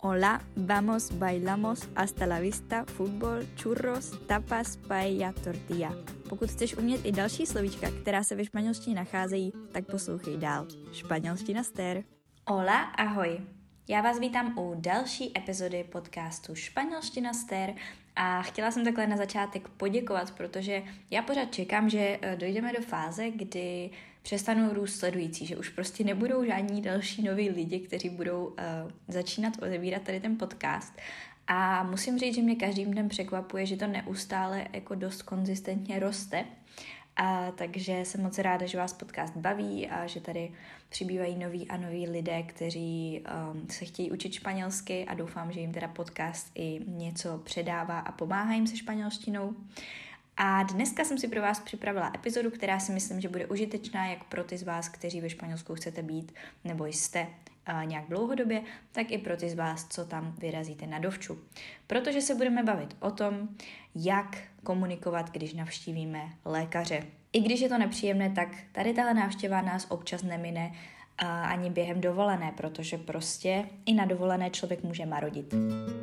Hola, vamos, bailamos, hasta la vista, fútbol, churros, tapas, paella, tortilla. Pokud chceš umět i další slovíčka, která se ve španělštině nacházejí, tak poslouchej dál. Španělština stér. Hola, ahoj. Já vás vítám u další epizody podcastu Španělština stér a chtěla jsem takhle na začátek poděkovat, protože já pořád čekám, že dojdeme do fáze, kdy přestanou růst sledující, že už prostě nebudou žádní další noví lidi, kteří budou začínat odebírat tady ten podcast. A musím říct, že mě každým dnem překvapuje, že to neustále jako dost konzistentně roste. Takže jsem moc ráda, že vás podcast baví a že tady přibývají noví a noví lidé, kteří se chtějí učit španělsky a doufám, že jim teda podcast i něco předává a pomáhá jim se španělštinou. A dneska jsem si pro vás připravila epizodu, která si myslím, že bude užitečná jak pro ty z vás, kteří ve Španělsku chcete být nebo jste nějak dlouhodobě, tak i pro ty z vás, co tam vyrazíte na dovču. Protože se budeme bavit o tom, jak komunikovat, když navštívíme lékaře. I když je to nepříjemné, tak tady tahle návštěva nás občas nemine ani během dovolené, protože prostě i na dovolené člověk může marodit.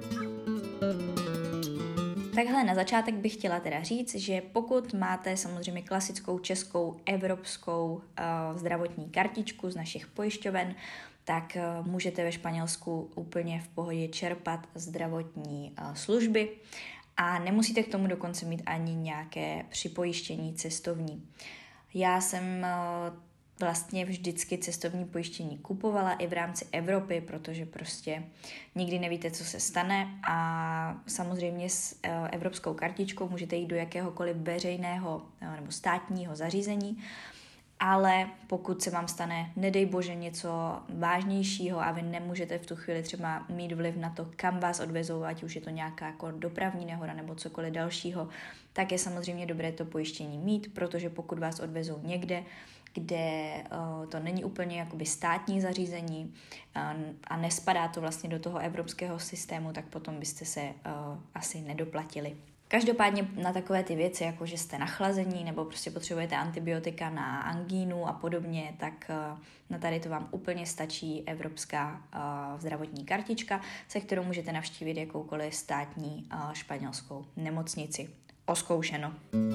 Takhle na začátek bych chtěla teda říct, že pokud máte samozřejmě klasickou českou evropskou zdravotní kartičku z našich pojišťoven, tak můžete ve Španělsku úplně v pohodě čerpat zdravotní služby a nemusíte k tomu dokonce mít ani nějaké připojištění cestovní. Já jsem vlastně vždycky cestovní pojištění kupovala i v rámci Evropy, protože prostě nikdy nevíte, co se stane a samozřejmě s evropskou kartičkou můžete jít do jakéhokoliv veřejného nebo státního zařízení, ale pokud se vám stane, nedej bože, něco vážnějšího a vy nemůžete v tu chvíli třeba mít vliv na to, kam vás odvezou, ať už je to nějaká jako dopravní nehoda nebo cokoliv dalšího, tak je samozřejmě dobré to pojištění mít, protože pokud vás odvezou někde, kde to není úplně jakoby státní zařízení a nespadá to vlastně do toho evropského systému, tak potom byste se asi nedoplatili. Každopádně na takové ty věci, jako že jste nachlazení nebo prostě potřebujete antibiotika na angínu a podobně, tak na tady to vám úplně stačí evropská zdravotní kartička, se kterou můžete navštívit jakoukoliv státní španělskou nemocnici. Oskoušeno.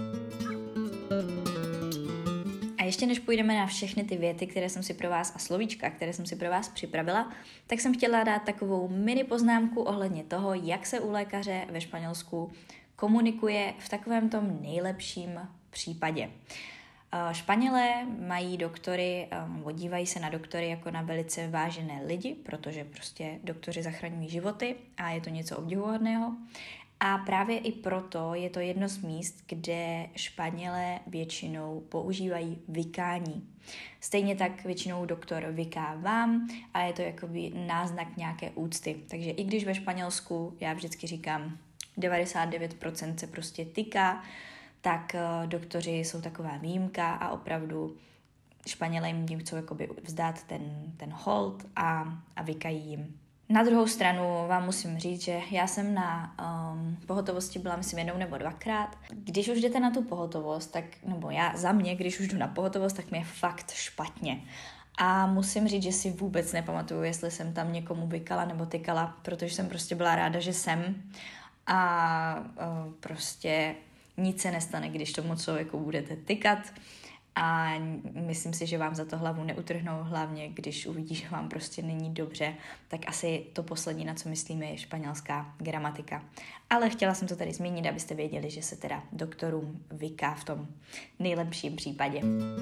A ještě než půjdeme na všechny ty věty, které jsem si pro vás a slovíčka, které jsem si pro vás připravila, tak jsem chtěla dát takovou mini poznámku ohledně toho, jak se u lékaře ve Španělsku komunikuje v takovém tom nejlepším případě. Španělé mají doktory, dívají se na doktory jako na velice vážené lidi, protože prostě doktoři zachraňují životy a je to něco obdivuhodného. A právě i proto je to jedno z míst, kde Španělé většinou používají vykání. Stejně tak většinou doktor vyká vám a je to jakoby náznak nějaké úcty. Takže i když ve Španělsku, já vždycky říkám, 99% se prostě tyká, tak doktoři jsou taková výjimka a opravdu Španělé jim chcou jakoby vzdát ten hold a vykají jim. Na druhou stranu vám musím říct, že já jsem na pohotovosti byla myslím jednou nebo dvakrát. Když už jdete na tu pohotovost, tak, nebo za mě, když už jdu na pohotovost, tak mi je fakt špatně. A musím říct, že si vůbec nepamatuju, jestli jsem tam někomu vykala nebo tykala, protože jsem prostě byla ráda, že jsem. A prostě nic se nestane, když tomu člověku budete tykat. A myslím si, že vám za to hlavu neutrhnou, hlavně když uvidí, že vám prostě není dobře, tak asi to poslední, na co myslíme, je španělská gramatika. Ale chtěla jsem to tady zmínit, abyste věděli, že se teda doktorům vyká v tom nejlepším případě.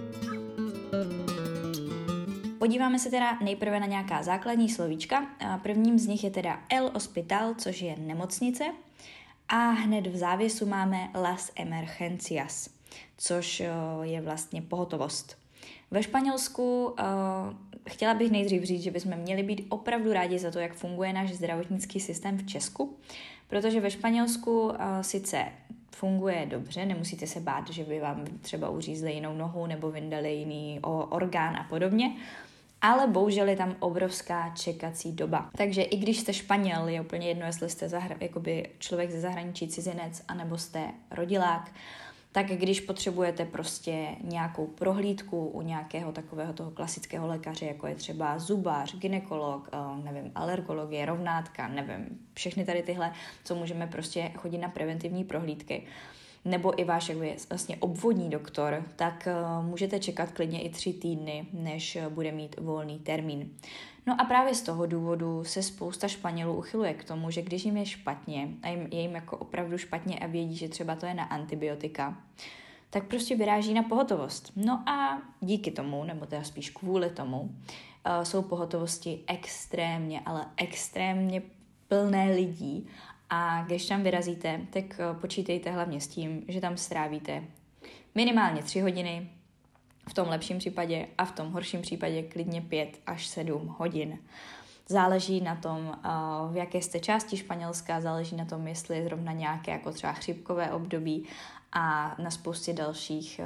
Podíváme se teda nejprve na nějaká základní slovíčka. Prvním z nich je teda el hospital, což je nemocnice. A hned v závěsu máme las emergencias, což je vlastně pohotovost. Ve Španělsku chtěla bych nejdřív říct, že bychom měli být opravdu rádi za to, jak funguje náš zdravotnický systém v Česku, protože ve Španělsku sice funguje dobře, nemusíte se bát, že by vám třeba uřízli jinou nohu nebo vyndali jiný orgán a podobně, ale bohužel je tam obrovská čekací doba. Takže i když jste Španěl, je úplně jedno, jestli jste jakoby člověk ze zahraničí, cizinec, anebo jste rodilák, Tak když potřebujete prostě nějakou prohlídku u nějakého takového toho klasického lékaře, jako je třeba zubař, gynekolog, nevím, alergologie, rovnátka, nevím, všechny tady tyhle, co můžeme prostě chodit na preventivní prohlídky, nebo i váš vlastně obvodní doktor, tak můžete čekat klidně i 3 týdny, než bude mít volný termín. No a právě z toho důvodu se spousta Španělů uchyluje k tomu, že když jim je špatně a je jim jako opravdu špatně a vědí, že třeba to je na antibiotika, tak prostě vyráží na pohotovost. No a díky tomu, nebo teda spíš kvůli tomu, jsou pohotovosti extrémně, ale extrémně plné lidí. A když tam vyrazíte, tak počítejte hlavně s tím, že tam strávíte minimálně 3 hodiny, v tom lepším případě a v tom horším případě klidně 5 až 7 hodin. Záleží na tom, v jaké jste části Španělska, záleží na tom, jestli je zrovna nějaké jako třeba chřipkové období a na spoustě dalších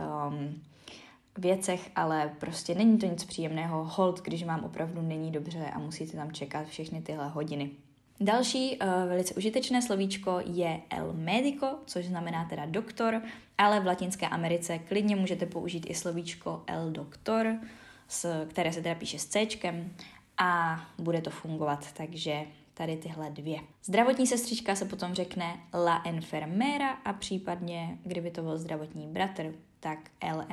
věcech, ale prostě není to nic příjemného, hold, když vám opravdu není dobře a musíte tam čekat všechny tyhle hodiny. Další velice užitečné slovíčko je el médico, což znamená teda doktor, ale v Latinské Americe klidně můžete použít i slovíčko el doctor, které se teda píše s C-čkem a bude to fungovat, takže tady tyhle 2. Zdravotní sestřička se potom řekne la enfermera a případně, kdyby to byl zdravotní bratr, tak el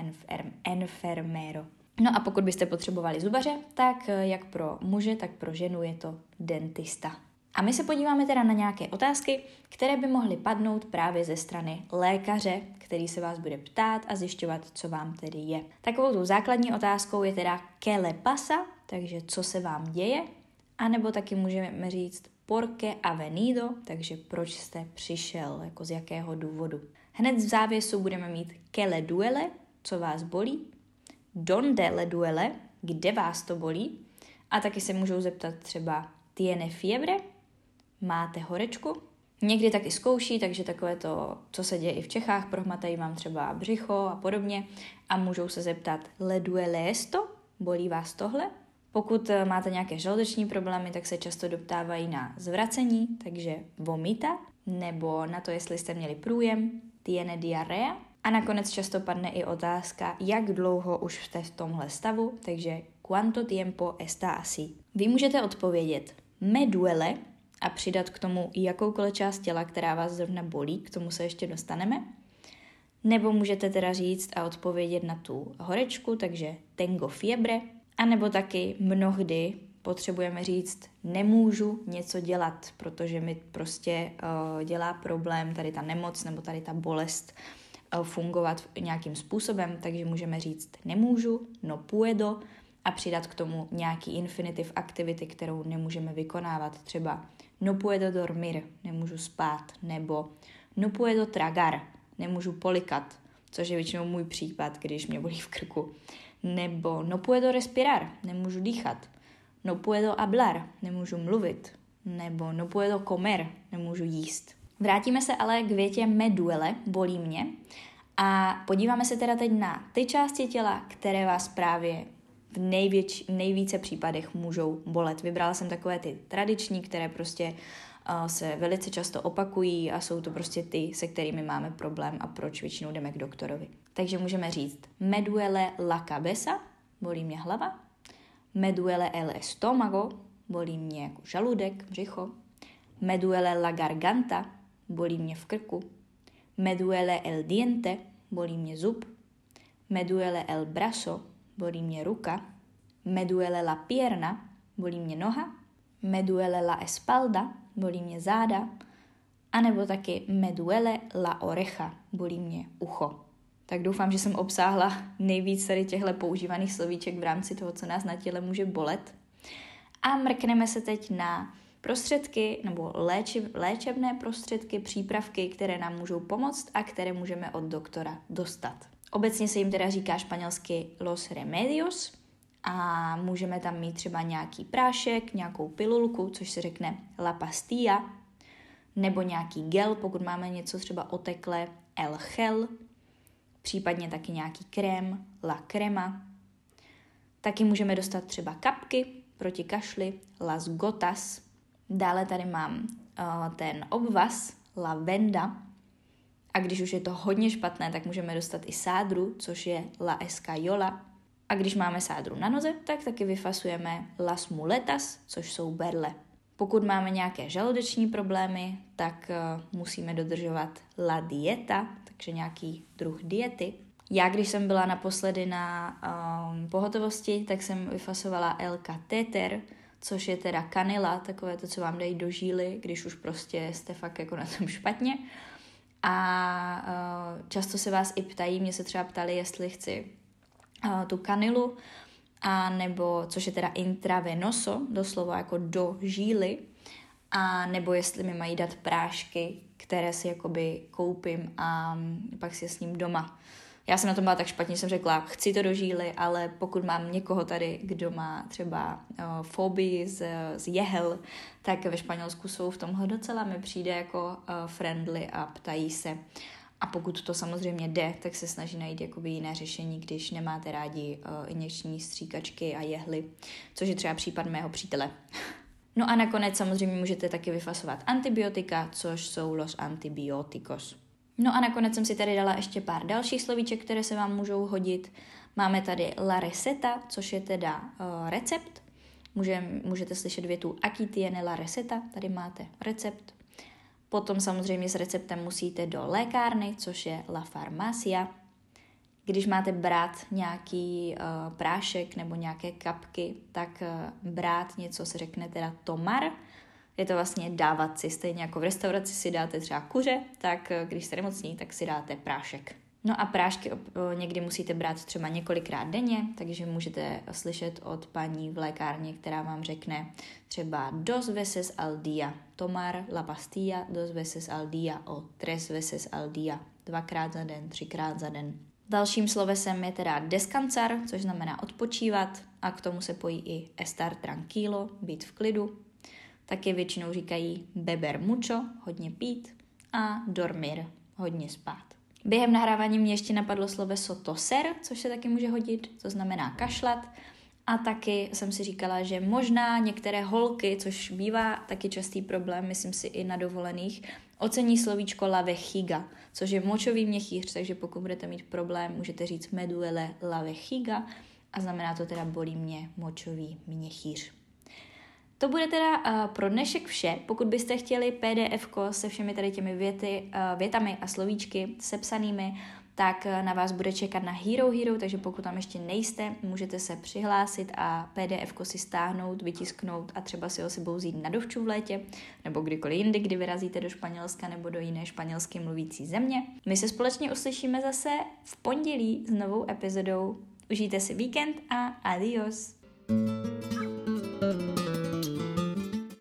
enfermero. No a pokud byste potřebovali zubaře, tak jak pro muže, tak pro ženu je to dentista. A my se podíváme teda na nějaké otázky, které by mohly padnout právě ze strany lékaře, který se vás bude ptát a zjišťovat, co vám tedy je. Takovou tu základní otázkou je teda ¿qué le pasa?, takže co se vám děje, anebo taky můžeme říct ¿por qué ha venido?, takže proč jste přišel, jako z jakého důvodu. Hned v závěsu budeme mít ¿qué le duele?, co vás bolí, ¿dónde le duele?, kde vás to bolí, a taky se můžou zeptat třeba ¿tiene fiebre?, máte horečku? Někdy taky zkouší, takže takové to, co se děje i v Čechách, prohmatají vám třeba břicho a podobně a můžou se zeptat le duele esto? Bolí vás tohle? Pokud máte nějaké žaludeční problémy, tak se často doptávají na zvracení, takže vomita, nebo na to, jestli jste měli průjem, tiene diarrea. A nakonec často padne i otázka, jak dlouho už jste v tomhle stavu, takže cuánto tiempo está así. Vy můžete odpovědět me duele a přidat k tomu jakoukoliv část těla, která vás zrovna bolí, k tomu se ještě dostaneme. Nebo můžete teda říct a odpovědět na tu horečku, takže tengo fiebre, a nebo taky mnohdy potřebujeme říct nemůžu něco dělat, protože mi prostě dělá problém tady ta nemoc nebo tady ta bolest fungovat nějakým způsobem, takže můžeme říct nemůžu, no puedo a přidat k tomu nějaký infinitiv aktivity, kterou nemůžeme vykonávat, třeba no puedo dormir, nemůžu spát, nebo no puedo tragar, nemůžu polikat, což je většinou můj případ, když mě bolí v krku, nebo no puedo respirar, nemůžu dýchat, no puedo hablar, nemůžu mluvit, nebo no puedo comer, nemůžu jíst. Vrátíme se ale k větě me duele, bolí mě, a podíváme se teda teď na ty části těla, které vás právě v nejvíce případech můžou bolet. Vybrala jsem takové ty tradiční, které prostě se velice často opakují a jsou to prostě ty, se kterými máme problém a proč většinou jdeme k doktorovi. Takže můžeme říct me duele la cabeza, bolí mě hlava, me duele el estómago, bolí mě jako žaludek, břicho, me duele la garganta, bolí mě v krku, me duele el diente, bolí mě zub, me duele el brazo, bolí mě ruka, me duele la pierna, bolí mě noha, me duele la espalda, bolí mě záda, anebo taky me duele la oreja, bolí mě ucho. Tak doufám, že jsem obsáhla nejvíc tady těchto používaných slovíček v rámci toho, co nás na těle může bolet. A mrkneme se teď na prostředky nebo léčebné prostředky, přípravky, které nám můžou pomoct a které můžeme od doktora dostat. Obecně se jim teda říká španělsky los remedios a můžeme tam mít třeba nějaký prášek, nějakou pilulku, což se řekne la pastilla, nebo nějaký gel, pokud máme něco třeba oteklé, el gel, případně taky nějaký krém, la crema. Taky můžeme dostat třeba kapky proti kašli, las gotas. Dále tady mám ten obvaz, la venda, A když už je to hodně špatné, tak můžeme dostat i sádru, což je la escayola. A když máme sádru na noze, tak taky vyfasujeme las muletas, což jsou berle. Pokud máme nějaké žaludeční problémy, tak musíme dodržovat la dieta, takže nějaký druh diety. Já, když jsem byla naposledy na pohotovosti, tak jsem vyfasovala el catéter, což je teda kanila, takové to, co vám dají do žíly, když už prostě jste fakt jako na tom špatně. A často se vás i ptají, mě se třeba ptali, jestli chci tu kanilu, a nebo, což je teda intravenoso, doslova jako do žíly, a nebo jestli mi mají dát prášky, které si jakoby koupím a pak si je s ním doma. Já jsem na tom byla tak špatně, jsem řekla, chci to do žíly, ale pokud mám někoho tady, kdo má třeba fobii z jehel, tak ve Španělsku jsou v tomhle docela, mi přijde jako friendly a ptají se. A pokud to samozřejmě jde, tak se snaží najít jakoby jiné řešení, když nemáte rádi injekční stříkačky a jehly, což je třeba případ mého přítele. No a nakonec samozřejmě můžete taky vyfasovat antibiotika, což jsou los antibioticos. No a nakonec jsem si tady dala ještě pár dalších slovíček, které se vám můžou hodit. Máme tady la receta, což je teda recept. Můžete slyšet větu aquí tiene la receta, tady máte recept. Potom samozřejmě s receptem musíte do lékárny, což je la farmacia. Když máte brát nějaký prášek nebo nějaké kapky, tak brát něco se řekne teda tomar. Je to vlastně dávat si, stejně jako v restauraci si dáte třeba kuře, tak když jste nemocní, tak si dáte prášek. No a prášky někdy musíte brát třeba několikrát denně, takže můžete slyšet od paní v lékárně, která vám řekne třeba dos veces al día, tomar la pastilla dos veces al día o tres veces al día, 2krát za den, 3krát za den. Dalším slovesem je teda descansar, což znamená odpočívat, a k tomu se pojí i estar tranquilo, být v klidu. Taky většinou říkají beber mucho, hodně pít, a dormir, hodně spát. Během nahrávání mě ještě napadlo sloveso toser, což se taky může hodit, to znamená kašlat. A taky jsem si říkala, že možná některé holky, což bývá taky častý problém, myslím si i na dovolených, ocení slovíčko la vejiga, což je močový měchýř, takže pokud budete mít problém, můžete říct me duele la vejiga a znamená to teda bolí mě močový měchýř. To bude teda pro dnešek vše. Pokud byste chtěli PDF-ko se všemi tady těmi větami a slovíčky sepsanými, tak na vás bude čekat na Hero, takže pokud tam ještě nejste, můžete se přihlásit a PDF-ko si stáhnout, vytisknout a třeba si ho sebou vzít na dovču v létě, nebo kdykoliv jindy, kdy vyrazíte do Španělska nebo do jiné španělsky mluvící země. My se společně uslyšíme zase v pondělí s novou epizodou. Užijte si víkend a adios!